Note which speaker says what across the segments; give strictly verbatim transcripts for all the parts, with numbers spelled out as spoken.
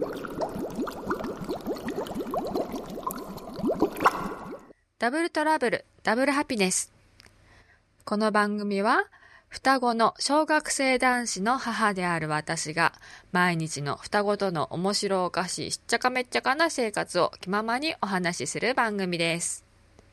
Speaker 1: ダブルトラブル、ダブルハピネス。この番組は双子の小学生男子の母である私が毎日の双子との面白おかしいしっちゃかめっちゃかな生活を気ままにお話しする番組です。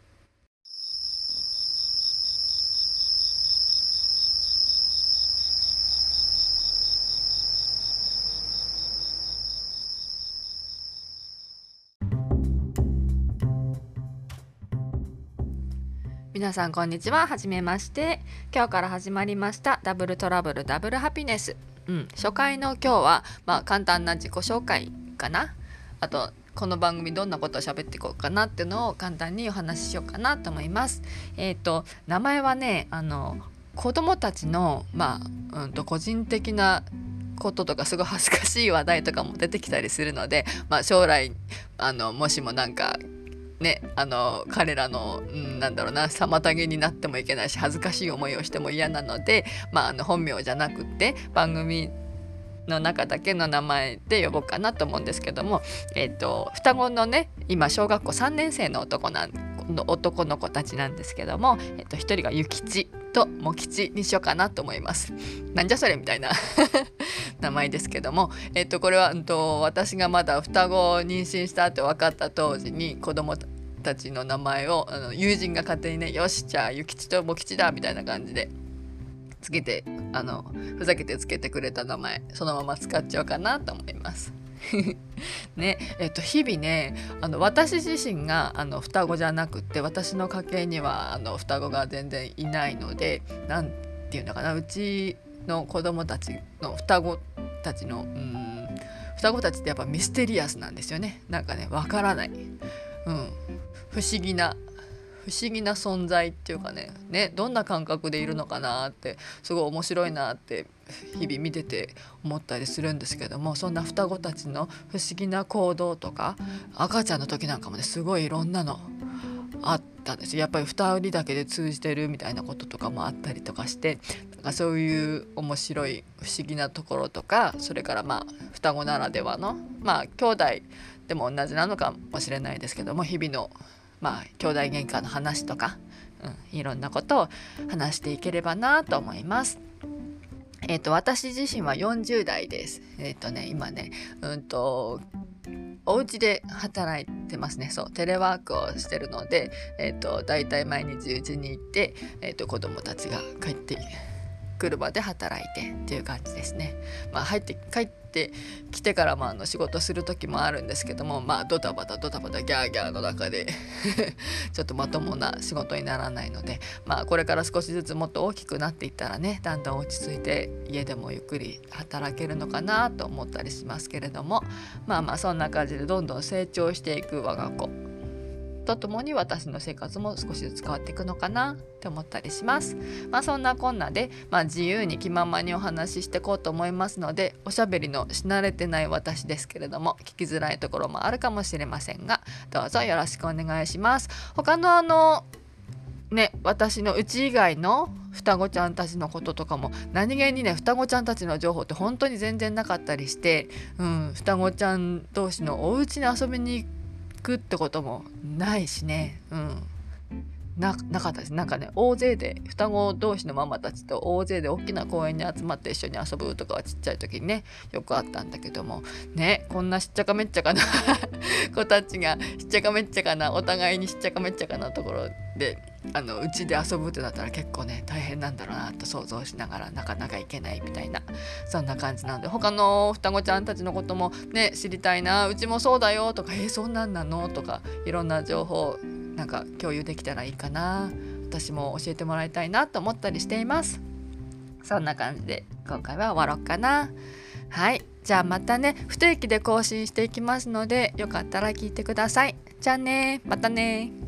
Speaker 1: 皆さんこんにちは。はじめまして。今日から始まりましたダブルトラブルダブルハピネス、うん、初回の今日は、まあ、簡単な自己紹介かな。あとこの番組どんなことを喋っていこうかなっていうのを簡単にお話ししようかなと思います。えっと名前はね、あの子供たちの、まあうん、と個人的なこととかすごい恥ずかしい話題とかも出てきたりするので、まあ、将来あのもしもなんかね、あの彼らの、うん、なんだろうな妨げになってもいけないし恥ずかしい思いをしても嫌なので、まあ、あの本名じゃなくって番組の中だけの名前で呼ぼうかなと思うんですけども、えーと、双子のね今小学校さんねん生の男なんの男の子たちなんですけども、えーと、ひとりがゆきちともきちにしようかなと思います。なんじゃそれみたいな名前ですけども、えーと、これは、うん、と私がまだ双子を妊娠したって分かった当時に子供たちの名前をあの友人が勝手にね、よしじゃあゆきちともきちだみたいな感じでつけて、あのふざけてつけてくれた名前そのまま使っちゃおうかなと思いますね。えっと日々ね、あの私自身があの双子じゃなくって私の家系にはあの双子が全然いないので、なんていうのかな、うちの子供たちの双子たちのうーん双子たちってやっぱミステリアスなんですよね。なんかねわからない、うん、不思議な不思議な存在っていうかね、ね、どんな感覚でいるのかなってすごい面白いなって日々見てて思ったりするんですけども、そんな双子たちの不思議な行動とか赤ちゃんの時なんかもねすごいいろんなのあったんですよ。やっぱりふたりだけで通じてるみたいなこととかもあったりとかして、なんかそういう面白い不思議なところとか、それからまあ双子ならではのまあ兄弟でも同じなのかもしれないですけども、日々のまあ兄弟喧嘩の話とか、うん、いろんなことを話していければなと思います。えーと、私自身はよんじゅう代です。えっ、ー、とね今ねうんとお家で働いてますね。そうテレワークをしてるので、えーと、だいたい毎日うちに行って、えーと、子供たちが帰ってくるまで働いてっていう感じですね。まあ入って帰ってきてからもあの仕事する時もあるんですけども、まあドタバタドタバタギャーギャーの中でちょっとまともな仕事にならないので、まあこれから少しずつもっと大きくなっていったらね、だんだん落ち着いて家でもゆっくり働けるのかなと思ったりしますけれども、まあまあそんな感じでどんどん成長していく我が子とともに私の生活も少しずつ変わっていくのかなって思ったりします。まあそんなこんなで、まあ、自由に気ままにお話ししていこうと思いますので、おしゃべりのし慣れてない私ですけれども聞きづらいところもあるかもしれませんが、どうぞよろしくお願いします。他のあのね、私のうち以外の双子ちゃんたちのこととかも何気にね、双子ちゃんたちの情報って本当に全然なかったりして、うん、双子ちゃん同士のお家に遊びに行くってこともないしね、うん、な, なかったです。なんかね大勢で双子同士のママたちと大勢で大きな公園に集まって一緒に遊ぶとかはちっちゃい時にねよくあったんだけどもね、こんなしっちゃかめっちゃかな子たちがしっちゃかめっちゃかなお互いにしっちゃかめっちゃかなところであのうちで遊ぶってなったら結構ね大変なんだろうなと想像しながらなかなか行けないみたいな、そんな感じなので、他の双子ちゃんたちのこともね知りたいな、うちもそうだよとか、えー、そんなんなのとか、いろんな情報なんか共有できたらいいかな、私も教えてもらいたいなと思ったりしています。そんな感じで今回は終わろうかな。はい、じゃあまたね不定期で更新していきますのでよかったら聞いてください。じゃあね、またね。